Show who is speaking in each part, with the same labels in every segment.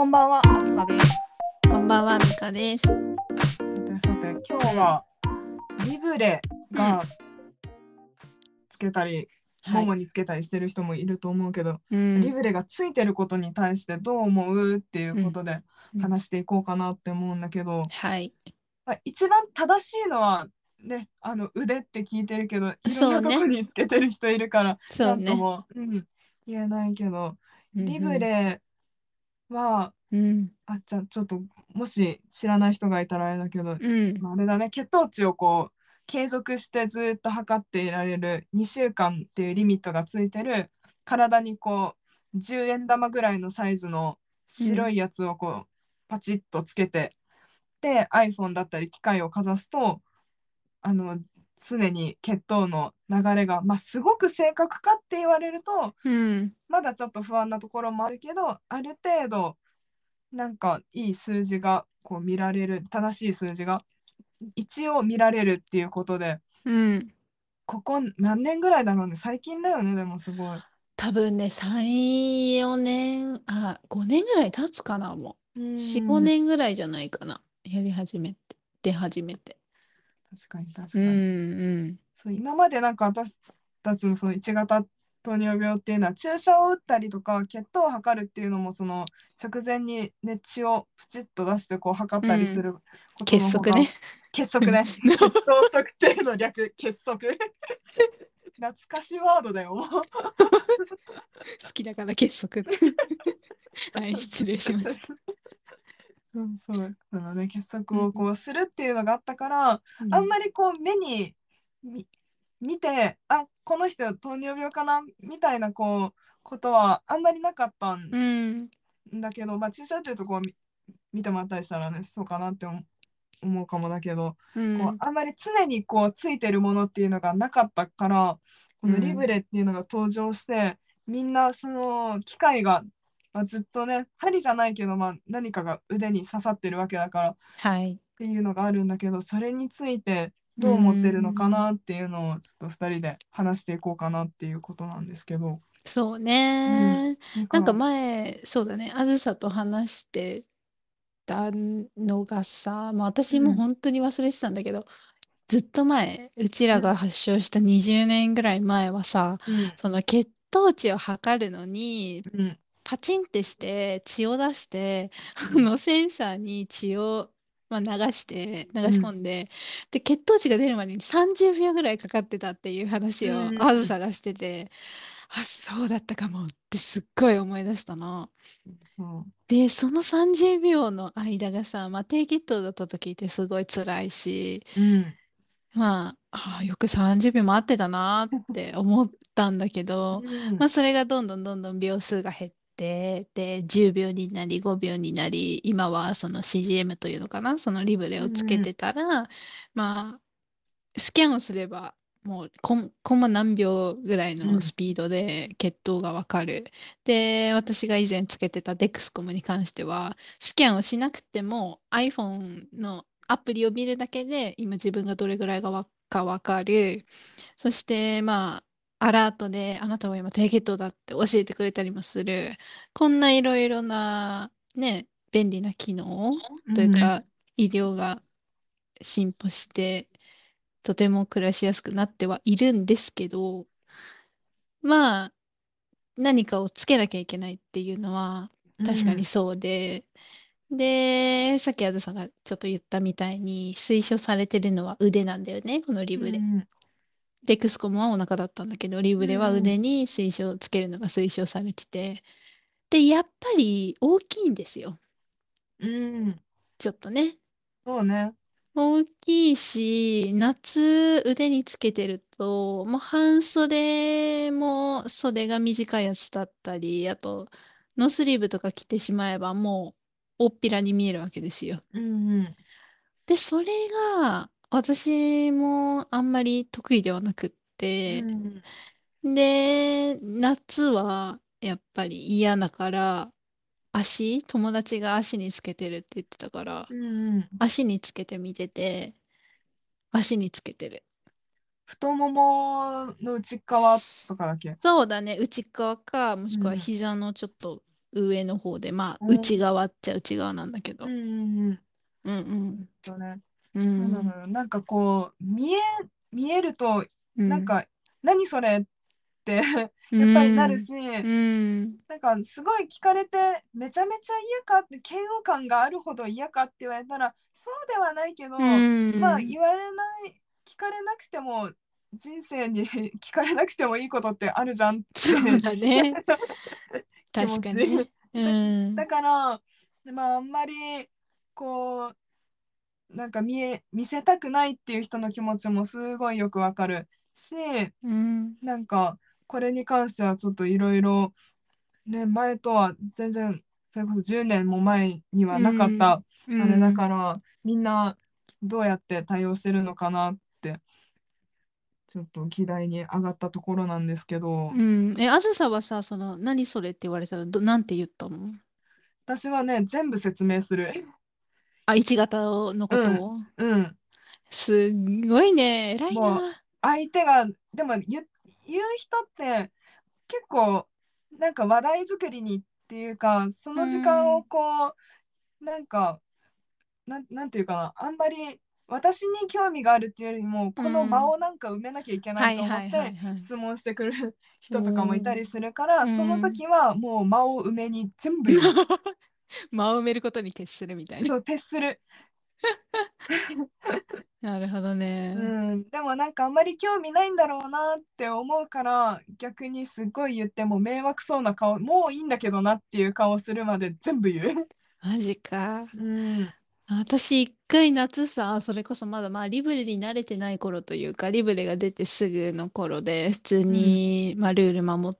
Speaker 1: こんばんは、あずさです。
Speaker 2: こんばんは、みかです。
Speaker 1: さて、今日はリブレがつけたり、ももにつけたりしてる人もいると思うけど、リブレがついてることに対してどう思うっていうことで話していこうかなって思うんだけど、
Speaker 2: はい。
Speaker 1: 一番正しいのはね、腕って聞いてるけど、いろんなとこにつけてる人いるから、なんとも、言えないけど、リブレは、じゃあちょっともし知らない人がいたらあれだけど、あれだね、血糖値をこう継続してずっと測っていられる2週間っていうリミットがついてる、体にこう10円玉ぐらいのサイズの白いやつをこうパチッとつけて、で iPhone だったり機械をかざすと常に血糖の流れが、すごく正確かって言われると、まだちょっと不安なところもあるけど、ある程度なんかいい数字がこう見られる、正しい数字が一応見られるっていうことで、ここ何年ぐらいだろうね。最近だよね。でもすごい
Speaker 2: 多分ね、3、4年、5年ぐらい経つかな、もう。4、5年ぐらいじゃないかな。やり始めて、出始めて。
Speaker 1: 確かにそう今までなんか私たちのその1型糖尿病っていうのは注射を打ったりとか血糖を測るっていうのもその直前に、ね、血をプチッと出してこう測ったりすることのほか、結束ね血糖測定の略結束懐かしいワードだよ
Speaker 2: 好きだから結束はい、失礼しました。
Speaker 1: そうなのね、結束をこうするっていうのがあったから、あんまりこう目に見て、この人糖尿病かなみたいなことはあんまりなかったんだけど、注射打ってるとこう見てもらったりしたらね、そうかなって思うかもだけど、こうあんまり常にこうついてるものっていうのがなかったから、このリブレっていうのが登場して、みんなその機械が、ずっとね、針じゃないけど、何かが腕に刺さってるわけだから、っていうのがあるんだけど、それについてどう思ってるのかなっていうのをちょっと2人で話していこうかなっていうことなんですけど。
Speaker 2: そうね。なんか前、そうだね、あずさと話してたのがさ、私も本当に忘れてたんだけど、ずっと前、うちらが発症した20年ぐらい前はさ、その血糖値を測るのに、パチンってして血を出して、センサーに血を、流し込んで、で、血糖値が出るまでに30秒ぐらいかかってたっていう話をあずさがしてて、そうだったかもってすっごい思い出したの。で、その30秒の間がさ、低血糖だった時ってすごい辛いし、よく30秒待ってたなって思ったんだけど、それがどんどんどんどん秒数が減って、で、10秒になり、5秒になり、今はその CGM というのかな、そのリブレをつけてたら、スキャンをすれば、もうコンマ何秒ぐらいのスピードで血糖がわかる。で、私が以前つけてたデクスコムに関しては、スキャンをしなくても iPhone のアプリを見るだけで今自分がどれぐらいかわかる。そしてアラートであなたは今低血糖だって教えてくれたりもする。こんないろいろなね、便利な機能というか医療が進歩してとても暮らしやすくなってはいるんですけど、まあ何かをつけなきゃいけないっていうのは確かにそうで、で、さっきあずさんがちょっと言ったみたいに推奨されてるのは腕なんだよね、このリブレ。デクスコムはお腹だったんだけど、リブレは腕につけるのが推奨されてて、で、やっぱり大きいんですよ。ちょっとね。
Speaker 1: そうね。
Speaker 2: 大きいし、夏腕につけてると、もう半袖も袖が短いやつだったり、あと、ノースリーブとか着てしまえばもう大っぴらに見えるわけですよ。で、それが私もあんまり得意ではなくって、で、夏はやっぱり嫌だから、友達が足につけてるって言ってたから、足につけてみてて、足につけてる。
Speaker 1: 太ももの内側とかだっけ？
Speaker 2: そうだね。内側か、もしくは膝のちょっと上の方で、まあ、
Speaker 1: うん
Speaker 2: 内側っちゃ内側なんだけど。
Speaker 1: うんうんうん。
Speaker 2: うん
Speaker 1: とね、
Speaker 2: うん。
Speaker 1: そうな
Speaker 2: うん。
Speaker 1: のよ。なんかこう、見えると、
Speaker 2: うん。
Speaker 1: なんか、何それって
Speaker 2: う
Speaker 1: やっぱりなる
Speaker 2: ん。
Speaker 1: し、
Speaker 2: うん。
Speaker 1: なんかすごい聞かれて、めちゃめちゃ嫌かって、嫌悪感があるほど嫌かって言われたら、そうではないけど、
Speaker 2: う
Speaker 1: まあ
Speaker 2: ん。
Speaker 1: 言われない、聞かれなくても、人生に聞かれなくてもいいことってあるじゃんって
Speaker 2: そうだね。
Speaker 1: 気
Speaker 2: 確
Speaker 1: 持ち。
Speaker 2: かに。う
Speaker 1: だ、
Speaker 2: ん。
Speaker 1: だから、まああんまり、こう、なんか見せたくないっていう人の気持ちもすごいよくわかるし、
Speaker 2: うん。
Speaker 1: なんかこれに関してはちょっといろいろね、前とは全然それこそ10年も前に
Speaker 2: う
Speaker 1: はなかっ
Speaker 2: ん。
Speaker 1: た
Speaker 2: う
Speaker 1: あれだ
Speaker 2: ん。
Speaker 1: からみんなどうやって対応してるのかなってちょっと議題に上がったところなんですけど、
Speaker 2: うん。あずさはさ、何それって言われたら、なんて言ったの？
Speaker 1: 私はね全部説明する。
Speaker 2: あ、1型のこ
Speaker 1: うん
Speaker 2: とを。
Speaker 1: うん
Speaker 2: すっごいね。偉い
Speaker 1: もう
Speaker 2: な。
Speaker 1: 相手がでも言う人って結構なんか話題作りにっていうかそ
Speaker 2: う
Speaker 1: の時間を
Speaker 2: ん。
Speaker 1: こうなんかなんていうかな、あんまり私に興味があるっていうよりも
Speaker 2: う
Speaker 1: この間
Speaker 2: ん。
Speaker 1: をなんか埋めなきゃいけないと
Speaker 2: はいはいは
Speaker 1: 思って
Speaker 2: いはい。
Speaker 1: 質問してくる
Speaker 2: お
Speaker 1: 人とかもいた
Speaker 2: ー。
Speaker 1: りするからその
Speaker 2: うん。
Speaker 1: 時はもう間を埋めに全部言う。
Speaker 2: 間を埋めることに徹するみたいな。
Speaker 1: そう徹する。
Speaker 2: なるほどね。
Speaker 1: うん、でもなんかあんまり興味ないんだろうなって思うから逆にすごい言っても迷惑そうな顔もういいんだけどなっていう顔するまで全部言う。
Speaker 2: マジか。
Speaker 1: うん。
Speaker 2: 私一回夏さ、それこそまだまあリブレに慣れてない頃というか、リブレが出てすぐの頃で、普通
Speaker 1: うん
Speaker 2: に、まあ、ルール守って、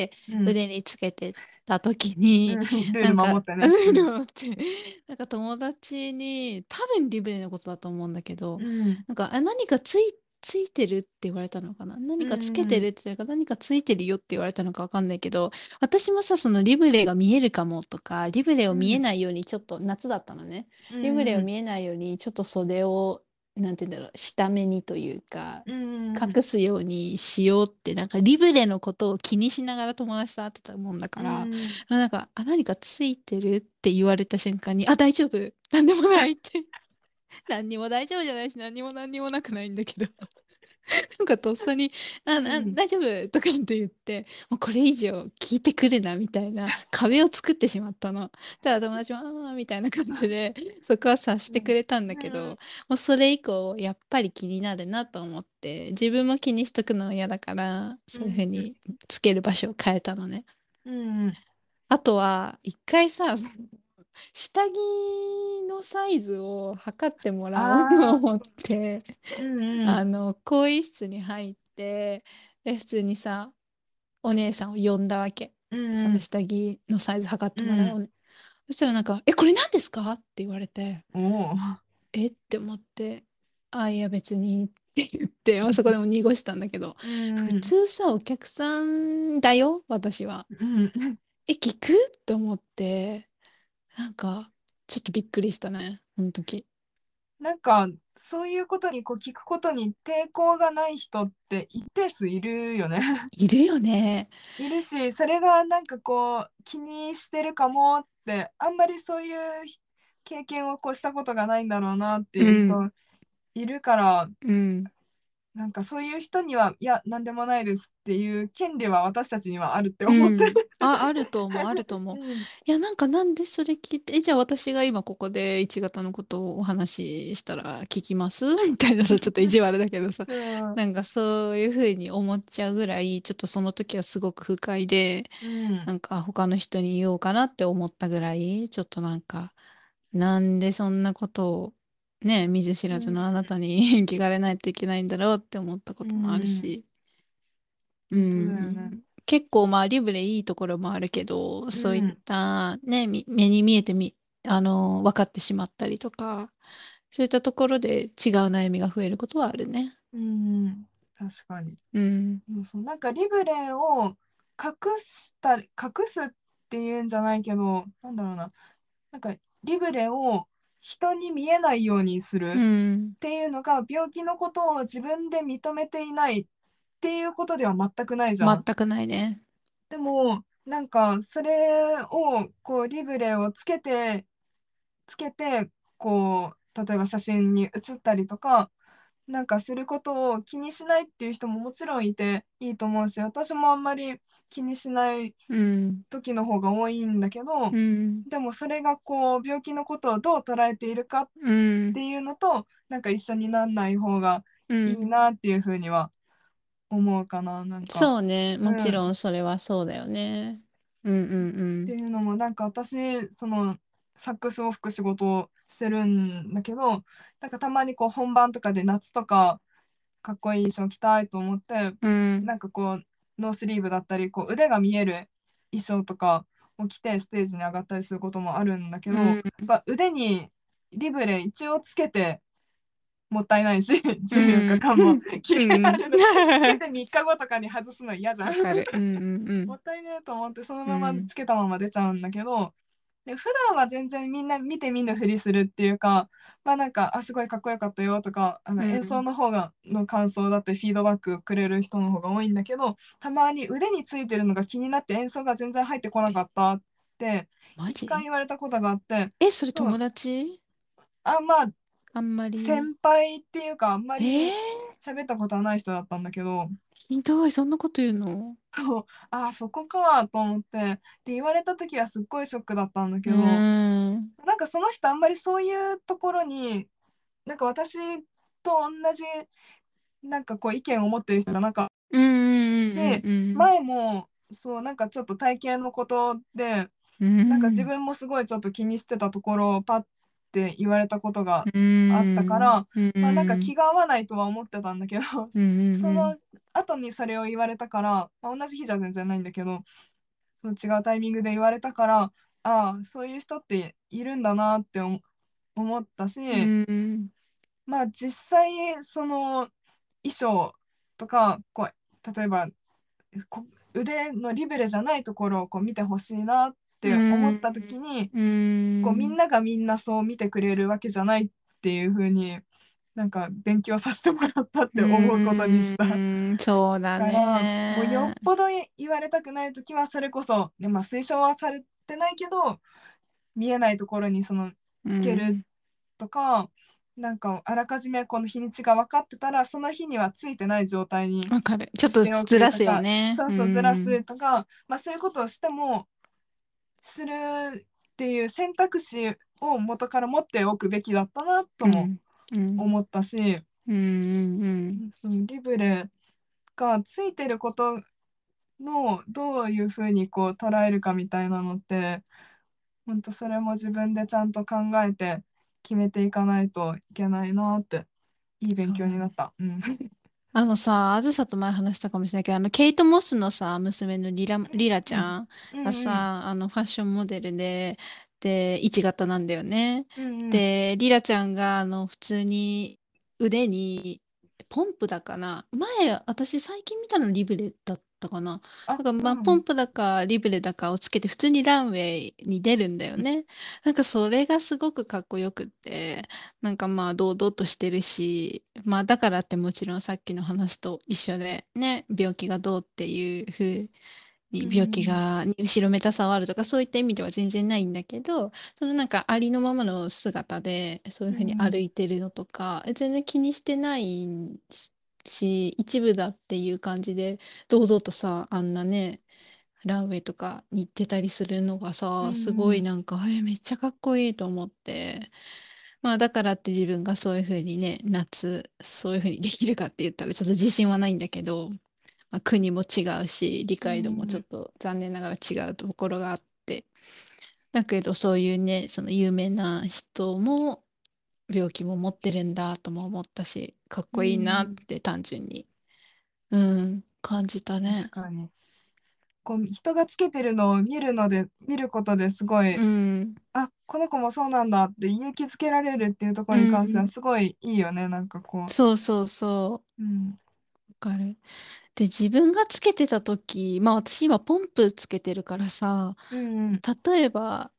Speaker 1: うん
Speaker 2: 腕につけてた時に、
Speaker 1: うん、ルール
Speaker 2: なんか、
Speaker 1: 守って
Speaker 2: ル
Speaker 1: ね。うん。
Speaker 2: ール守って、なんか友達に、多分リブレのことだと思うんだけど、
Speaker 1: うん
Speaker 2: なんか、何かついてるって言われたのかな、
Speaker 1: う
Speaker 2: 何かつけて
Speaker 1: ん
Speaker 2: るって言うか何かついてるよって言われたのかわかんないけど、私もさ、そのリブレが見えるかもとか、リブレを見え
Speaker 1: うん
Speaker 2: ないようにちょっと夏だったのね。
Speaker 1: う
Speaker 2: リブレを
Speaker 1: ん
Speaker 2: 見えないようにちょっと袖をなんて言うんだろう下目にというか
Speaker 1: うん
Speaker 2: 隠すようにしようってなんかリブレのことを気にしながら友達と会ってたもんだ
Speaker 1: う
Speaker 2: から
Speaker 1: ん。
Speaker 2: なんか何かついてるって言われた瞬間に大丈夫なんでもないって何にも大丈夫じゃないし何にもなくないんだけどなんかとっさに
Speaker 1: うん
Speaker 2: 大丈夫とかって言って、もうこれ以上聞いてくるなみたいな壁を作ってしまったの。ただ友達も、みたいな感じで、そこは察してくれたんだけど、もうそれ以降、やっぱり気になるなと思って、自分も気にしとくの嫌だから、そういうふうにつける場所を変えたのね。
Speaker 1: うん
Speaker 2: あとは、一回さ、下着のサイズを測ってもらおうと
Speaker 1: ああ
Speaker 2: 思って、
Speaker 1: うんうん
Speaker 2: 更衣室に入って、で、普通にさ、お姉さんを呼んだわけ。その
Speaker 1: うん
Speaker 2: 下着のサイズ測っ
Speaker 1: うん
Speaker 2: てもらおう。そしたらなんか、これ何ですかって言われて、
Speaker 1: おお
Speaker 2: って思って、いや別にって言って、そこでも濁したんだけど、普
Speaker 1: うん
Speaker 2: 通さ、お客さんだよ、私は。
Speaker 1: うん
Speaker 2: 聞くって思って、なんか、ちょっとびっくりしたね、その時。
Speaker 1: なんかそういうことにこう聞くことに抵抗がない人って一定数いるよね。
Speaker 2: いるよね。
Speaker 1: いるしそれがなんかこう気にしてるかもってあんまりそういう経験をこうしたことがないんだろうなって
Speaker 2: うん、
Speaker 1: いう人いるから
Speaker 2: うん。
Speaker 1: なんかそういう人にはいや何でもないですっていう権利は私たちにはあるって
Speaker 2: う
Speaker 1: 思ってる。
Speaker 2: ん。あると思う、あると思う。
Speaker 1: うん
Speaker 2: いや、なんかなんでそれ聞いて、じゃあ私が今ここで1型のことをお話ししたら聞きますみたいなさ、ちょっと意地悪だけどさ、
Speaker 1: うん
Speaker 2: なんかそういうふうに思っちゃうぐらい、ちょっとその時はすごく不快で、
Speaker 1: うん
Speaker 2: なんか他の人に言おうかなって思ったぐらい、ちょっとなんか、なんでそんなことを、ね、見ず知らずのあなたに聞かれないといけないんだろうって思ったこ
Speaker 1: う
Speaker 2: ともある
Speaker 1: ん
Speaker 2: し、う
Speaker 1: 本当だよね。
Speaker 2: ん、結構まあリブレいいところもあるけど、
Speaker 1: う
Speaker 2: そういっ
Speaker 1: ん
Speaker 2: たね、目に見えて分かってしまったりとか、そういったところで違う悩みが増えることはあるね。
Speaker 1: うん確かに。
Speaker 2: うん。
Speaker 1: そうなんかリブレを隠すっていうんじゃないけどなんだろうななんかリブレを人に見えないようにす
Speaker 2: う
Speaker 1: る
Speaker 2: ん。
Speaker 1: っていうのが病気のことを自分で認めていないっていうことでは全くないじゃん。
Speaker 2: 全くないね。
Speaker 1: でもなんかそれをこうリブレをつけてこう例えば写真に写ったりとかなんかすることを気にしないっていう人ももちろんいていいと思うし、私もあんまり気にしない
Speaker 2: うん、
Speaker 1: 時の方が多いんだけど、
Speaker 2: うん、
Speaker 1: でもそれがこう病気のことをどう捉えているかっ
Speaker 2: うん、
Speaker 1: ていうのとなんか一緒になんない方がいい
Speaker 2: うん。
Speaker 1: なっていうふうには思うかな。なんか、
Speaker 2: そうね。もち
Speaker 1: うん。っ
Speaker 2: ろんそれはそうだよね。うんうん
Speaker 1: ていうのもなんか私そのサックスを吹く仕事をしてるんだけど、なんかたまにこう本番とかで夏とかかっこいい衣装着たいと思って
Speaker 2: うん。
Speaker 1: なんかこうノースリーブだったりこう腕が見える衣装とかを着てステージに上がったりすることもあるんだけど、やっ
Speaker 2: うん。
Speaker 1: ぱ腕にリブレ一応つけてもったいないし
Speaker 2: う
Speaker 1: 14日
Speaker 2: ん。
Speaker 1: 間も着
Speaker 2: うん。
Speaker 1: てられるつけて3日後とかに外すの嫌じゃん
Speaker 2: わかる。うんうんう
Speaker 1: も
Speaker 2: ん。
Speaker 1: ったいねえと思ってそのまま
Speaker 2: うん。
Speaker 1: つけたまま出ちゃうんだけどで普段は全然みんな見て見ぬふりするっていうかまあなんかすごいかっこよかったよとか演奏
Speaker 2: うん。
Speaker 1: の方がの感想だってフィードバックくれる人の方が多いんだけどたまに腕についてるのが気になって演奏が全然入ってこなかったって一回
Speaker 2: マジ？
Speaker 1: 言われたことがあって
Speaker 2: それ友
Speaker 1: そう
Speaker 2: 達？
Speaker 1: まあ
Speaker 2: あんまり。
Speaker 1: 先輩っていうかあんまり
Speaker 2: ー、
Speaker 1: 喋ったことはない人だったんだけど
Speaker 2: ひどい。そんなこと言うの？
Speaker 1: そうそこかと思ってで言われた時はすっごいショックだったんだ
Speaker 2: う
Speaker 1: けど
Speaker 2: ーん。
Speaker 1: なんかその人あんまりそういうところになんか私と同じなんかこう意見を持ってる人じゃなかっ
Speaker 2: うんう
Speaker 1: たし
Speaker 2: んうん
Speaker 1: 前もそうなんかちょっと体型のことで
Speaker 2: うん。
Speaker 1: なんか自
Speaker 2: うん。
Speaker 1: 分もすごいちょっと気にしてたところをパッて言われたことが
Speaker 2: う
Speaker 1: あったか
Speaker 2: ん。
Speaker 1: ら、
Speaker 2: うん。
Speaker 1: まあ、なんか
Speaker 2: うん
Speaker 1: 気が合わないとは思ってたんだけど
Speaker 2: うん
Speaker 1: その
Speaker 2: うん。
Speaker 1: 後にそれを言われたから、まあ、同じ日じゃ全然ないんだけどその違うタイミングで言われたからそういう人っているんだなって思ったし
Speaker 2: うん。
Speaker 1: まあ実際その衣装とかこう例えばこ腕のリベレじゃないところをこう見てほしいなっ
Speaker 2: う
Speaker 1: て思った
Speaker 2: ん。
Speaker 1: 時に
Speaker 2: う
Speaker 1: こうみん
Speaker 2: ん。
Speaker 1: ながみんなそう見てくれるわけじゃないっていう風になんか勉強させてもらったっ
Speaker 2: う
Speaker 1: て思うことにした。
Speaker 2: ん。そうだ
Speaker 1: からもうよっ
Speaker 2: ね。
Speaker 1: ぽど言われたくない時はそれこそ、ねまあ、推奨はされてないけど見えないところにその
Speaker 2: う
Speaker 1: つける
Speaker 2: ん。
Speaker 1: とかなんかあらかじめこの日にちが分かってたらその日にはついてない状態に
Speaker 2: わかる。ちょっと
Speaker 1: してお
Speaker 2: ずらすよ
Speaker 1: くとか
Speaker 2: ね。う
Speaker 1: そうそうずらす
Speaker 2: ん。
Speaker 1: とか、まあ、そういうことをしてもするっていう選択肢を元から持っておくべきだったなとも
Speaker 2: うん。うん。
Speaker 1: 思ったし、
Speaker 2: うん。うん。
Speaker 1: そのリブレがついてることのどういうふうにこう捉えるかみたいなのって本当それも自分でちゃんと考えて決めていかないといけないなっていい勉強にな
Speaker 2: そうだね。
Speaker 1: った。うん。
Speaker 2: あずさと前話したかもしれないけど、ケイト・モスのさ、娘のリラち
Speaker 1: うん
Speaker 2: ゃんが
Speaker 1: うんうん
Speaker 2: さ、ファッションモデルで、1型なんだよね。
Speaker 1: うんうん
Speaker 2: で、リラちゃんが、普通に腕に、ポンプだかな。私最近見たのリブレだったかな。
Speaker 1: あ
Speaker 2: なんか、まあ、ポン
Speaker 1: うん
Speaker 2: プだか、リブレだかをつけて、普通にランウェイに出るんだよね。なんか、それがすごくかっこよくって、なんかまあ堂々としてるし、まあだからってもちろんさっきの話と一緒でね、病気がどうっていうふう
Speaker 1: う
Speaker 2: に病気
Speaker 1: ん
Speaker 2: が後ろめたさはあるとかそういった意味では全然ないんだけど、そのなんかありのままの姿でそういうふうに歩
Speaker 1: うん
Speaker 2: いてるのとか、全然気にしてないし、一部だっていう感じで堂々とさ、あんなね、ランウェイとかに行ってたりするのが
Speaker 1: う
Speaker 2: さ、すごい
Speaker 1: ん
Speaker 2: なんか、めっちゃかっこいいと思って。まあだからって自分がそういうふうにね、そういうふうにできるかって言ったらちょっと自信はないんだけど、まあ、国も違うし、理
Speaker 1: う
Speaker 2: 解度もちょっ
Speaker 1: ん
Speaker 2: と残念ながら違うところがあって。だけどそういうね、その有名な人も病気も持ってるんだとも思ったし、かっ
Speaker 1: う
Speaker 2: こいいなっ
Speaker 1: ん
Speaker 2: て単純に、感じたね。
Speaker 1: 確かにこう人がつけてるのを見ることですごい
Speaker 2: うん、
Speaker 1: この子もそうなんだって勇気づけられるっていうとこ
Speaker 2: う
Speaker 1: ろに関しては
Speaker 2: ん、
Speaker 1: すごいいいよねなんかこ
Speaker 2: そうそうそう、
Speaker 1: ううん
Speaker 2: わかる。で、自分がつけてた時、まあ私今ポンプつけてるからさ、
Speaker 1: うんうん
Speaker 2: 例えば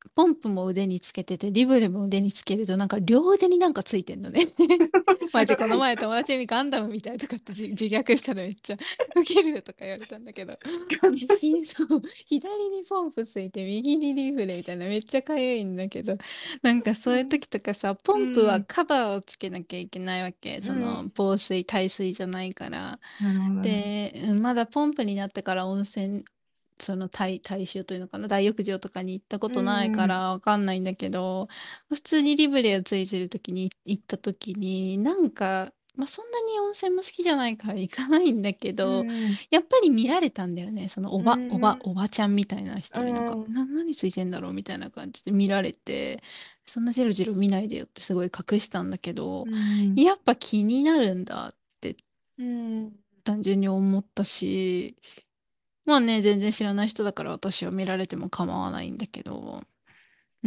Speaker 2: ポンプも腕につけてて、リブレも腕につけると、なんか両腕になんかついてんのね。マジこの前友達にガンダムみたいとかって自虐したらめっちゃウケるとか言われたんだけど、そう左にポンプついて右にリブレみたいなめっちゃかゆいんだけど、なんかそういう時とかさ、ポンプは
Speaker 1: うん、
Speaker 2: カバーをつけなきゃいけないわけ。そ
Speaker 1: うん、
Speaker 2: の防水耐水じゃないから。
Speaker 1: なるほどね。
Speaker 2: で、まだポンプになってから温泉、その大衆というのかな、大浴場とかに行ったこ
Speaker 1: う
Speaker 2: とないか
Speaker 1: ん、
Speaker 2: らわかんないんだけど、普通にリブレをついてる時に行った時に、なんか、まあ、そんなに温泉も好きじゃないから行かないんだけ
Speaker 1: う
Speaker 2: ど、
Speaker 1: ん、
Speaker 2: やっぱり見られたんだよね。その
Speaker 1: うん、
Speaker 2: おばちゃんみたいな
Speaker 1: う
Speaker 2: 人になんか、
Speaker 1: ん、
Speaker 2: 何ついてんだろうみたいな感じで見られて、そんなジロジロ見ないでよってすごい隠したんだけど、
Speaker 1: うん、
Speaker 2: やっぱ気になるんだって
Speaker 1: うん、
Speaker 2: 単純に思ったし、まあね、全然知らない人だから私は見られても構わないんだけど、うん。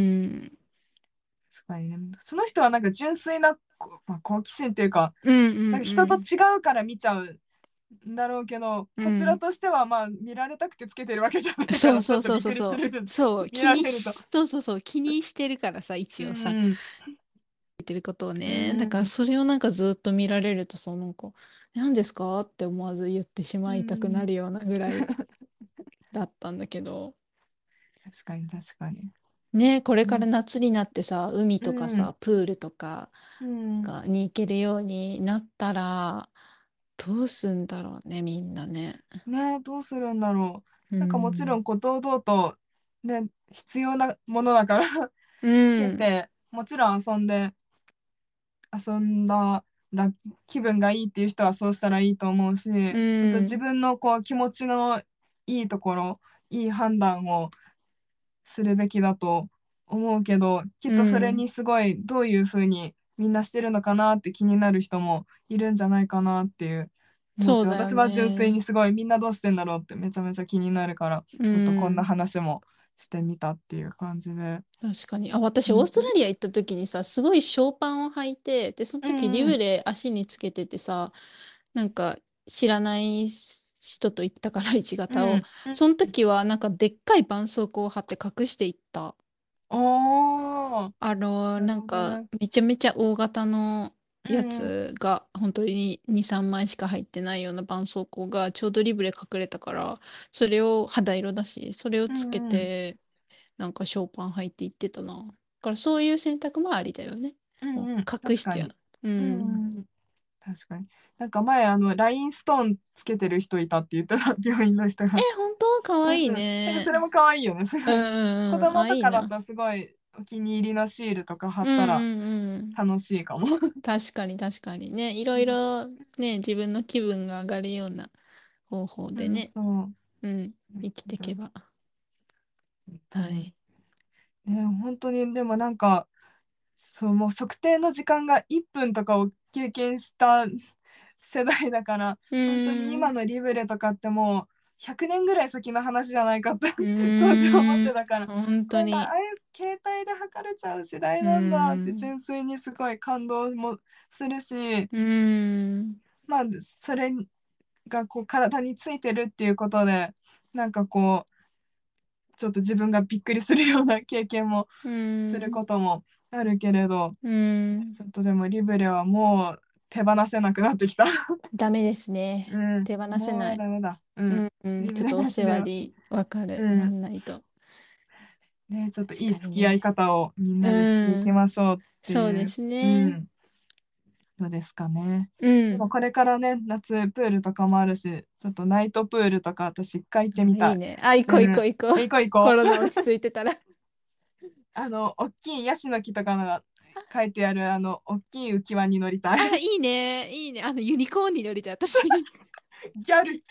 Speaker 1: 確かにね。その人はなんか純粋な、まあ、好奇心っていうか、
Speaker 2: うんう
Speaker 1: なんか人と
Speaker 2: ん
Speaker 1: 違うから見ちゃうんだろうけど、
Speaker 2: うん。
Speaker 1: こち
Speaker 2: うん。
Speaker 1: らとしてはまあ見られたくてつけてるわけじゃないから、ちょ
Speaker 2: そうそう
Speaker 1: っとびっく
Speaker 2: そうそうそう。
Speaker 1: りする。
Speaker 2: そう、
Speaker 1: 見られると。
Speaker 2: 気にしてるからさ、一
Speaker 1: う
Speaker 2: 応さ、
Speaker 1: ん、
Speaker 2: 言ってることを
Speaker 1: う
Speaker 2: ね。だから
Speaker 1: ん、
Speaker 2: それをなんかずっと見られるとさ、なんか、何ですかって思わず言ってし
Speaker 1: う
Speaker 2: まいたくな
Speaker 1: ん。
Speaker 2: るようなぐらいだったんだけど。
Speaker 1: 確かに確かに。
Speaker 2: ね、これから
Speaker 1: うん、
Speaker 2: 夏になってさ、海
Speaker 1: うん、
Speaker 2: とかさ、プールとか
Speaker 1: うん。
Speaker 2: に行けるようになったら、どうすんだろうね、みんなね。
Speaker 1: ね、どうするんだろう。
Speaker 2: う
Speaker 1: なんかもちろん、
Speaker 2: ん。
Speaker 1: 堂々と、ね、必要なものだから
Speaker 2: う
Speaker 1: つけ
Speaker 2: ん。
Speaker 1: て、もちろん遊んだら気分がいいっていう人はそうしたらいいと思うし、
Speaker 2: う
Speaker 1: あと自
Speaker 2: ん。
Speaker 1: 分のこう気持ちのいいところ、いい判断をするべきだと思うけど、きっ
Speaker 2: う
Speaker 1: とそれ
Speaker 2: ん。
Speaker 1: にすごいどういうふうにみんなしてるのかなって気になる人もいるんじゃないかなっていう思うし、
Speaker 2: そうだよ
Speaker 1: 私は純粋に
Speaker 2: ね。
Speaker 1: すごいみんなどうしてんだろうってめちゃめちゃ気になるから、
Speaker 2: う
Speaker 1: ちょっとこんな
Speaker 2: ん。
Speaker 1: 話もしてみたっていう感じで。
Speaker 2: 確かに。あ、私、オー
Speaker 1: うん、
Speaker 2: ストラリア行った時にさ、すごいショーパンを履いて、で、その時リ
Speaker 1: うん、
Speaker 2: ブレ足につけててさ、なんか知らない人と行ったから一
Speaker 1: うん、
Speaker 2: 型を、
Speaker 1: うん。
Speaker 2: その時はなんかでっかい絆創膏を貼って隠していった。
Speaker 1: おー、なる
Speaker 2: なんか、
Speaker 1: ほどね。
Speaker 2: めちゃめちゃ大型のや
Speaker 1: うん、うん、
Speaker 2: つが、本当に2、3枚しか入ってないような絆創膏が、ちょうどリブレ隠れたから、それを肌色だし、それを
Speaker 1: う
Speaker 2: つけ
Speaker 1: ん、
Speaker 2: て、なんかショーパン履いていってたな。だからそういう選択もありだよね。も
Speaker 1: うん、うん、
Speaker 2: う隠しちゃう。
Speaker 1: 確かに。
Speaker 2: う
Speaker 1: う
Speaker 2: ん。
Speaker 1: ん、確かに。なんか前、ラインストーンつけてる人いたって言ってた、病院の人が。
Speaker 2: 本当かわいい
Speaker 1: うん、なんかそ
Speaker 2: ね。
Speaker 1: れも可愛いよね、す
Speaker 2: うん
Speaker 1: ごい。子
Speaker 2: うんうん。あ、
Speaker 1: 供と
Speaker 2: いいな。
Speaker 1: かだとすごいお気に入りのシールとか貼
Speaker 2: うん
Speaker 1: ったら
Speaker 2: うんうん。
Speaker 1: 楽しいかも。
Speaker 2: 確かに確かにね。いろ
Speaker 1: うん、
Speaker 2: いろね、自分の気分が上がるような方法
Speaker 1: うん、
Speaker 2: でね。
Speaker 1: そう。
Speaker 2: うん。生きていけば。
Speaker 1: 本当に。
Speaker 2: はい。
Speaker 1: ね、本当に、でもなんか、そう、もう測定の時間が1分とかを経験した世代だから、
Speaker 2: う
Speaker 1: 本当に
Speaker 2: ーん。
Speaker 1: 今のリブレとかってもう100年ぐらい先の話じゃないかって
Speaker 2: う
Speaker 1: 当時思っ
Speaker 2: ーん。
Speaker 1: てたから、
Speaker 2: 本当
Speaker 1: こんな、
Speaker 2: に。
Speaker 1: 携帯で測れちゃう時代
Speaker 2: うー
Speaker 1: なんだって
Speaker 2: ん。
Speaker 1: 純粋にすごい感動もするし、
Speaker 2: うーん。
Speaker 1: まあ、それがこう体についてるっていうことで、なんかこう、ちょっと自分がびっくりするような経験も
Speaker 2: う
Speaker 1: する
Speaker 2: ーん。
Speaker 1: こともあるけれど、
Speaker 2: うーん。
Speaker 1: ちょっとでもリブレはもう手放せなくなってきた。
Speaker 2: ダメですね。
Speaker 1: うん、
Speaker 2: 手放せない。
Speaker 1: もうダメだ。うん、
Speaker 2: うんうん。
Speaker 1: リブレ
Speaker 2: ちょっとお世話
Speaker 1: なしでは。
Speaker 2: にわかる。な
Speaker 1: うん。
Speaker 2: んないと。
Speaker 1: ね、ちょっといい
Speaker 2: 確かに
Speaker 1: 付き合い
Speaker 2: ね。
Speaker 1: 方をみんなでしてい
Speaker 2: うん。
Speaker 1: きましょうって
Speaker 2: そうで
Speaker 1: いう、
Speaker 2: すね。
Speaker 1: うん、のですかね。
Speaker 2: うん。
Speaker 1: でもこれからね、夏プールとかもあるし、ちょっとナイトプールとか私一回行ってみたい。
Speaker 2: あ、いいね。あ、行こう行
Speaker 1: うん。
Speaker 2: こう行こう。
Speaker 1: 行こう行
Speaker 2: コ
Speaker 1: こう。
Speaker 2: ロナ落ち着いてたら。
Speaker 1: 大きいヤシの木とかのが書いてある、大きい浮き輪に乗りたい。
Speaker 2: あ、いいね。いいね。ユニコーンに乗りたい。私。
Speaker 1: ギャル。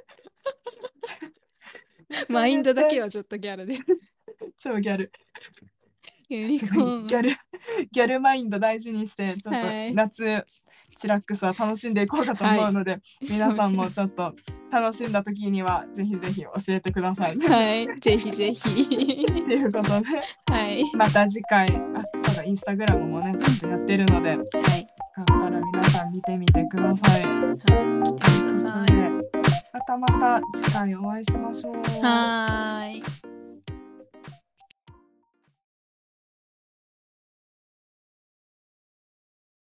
Speaker 1: めちゃ
Speaker 2: マインド
Speaker 1: めちゃ
Speaker 2: だけはずっとギャルで。
Speaker 1: 超ギャル。
Speaker 2: ユニコ
Speaker 1: ギャル、
Speaker 2: ーン。
Speaker 1: ギャルマインド大事にして、ちょっと
Speaker 2: はい。
Speaker 1: 夏、チラックスは楽しんでいこうかと
Speaker 2: はい。
Speaker 1: 思うので、皆さん
Speaker 2: そうします。
Speaker 1: もちょっと楽しんだ時には、ぜひぜひ教えてください。っ
Speaker 2: はい。ぜひぜひ。
Speaker 1: ていうことで、
Speaker 2: はい。
Speaker 1: また次回、そうだ、インスタグラムもね、ちょっとやってるので、よ
Speaker 2: はい。
Speaker 1: かったら皆さん見てみてください。
Speaker 2: はい。来てくだ
Speaker 1: ということ
Speaker 2: さい。
Speaker 1: で、また次回お会いしましょう。
Speaker 2: はーい。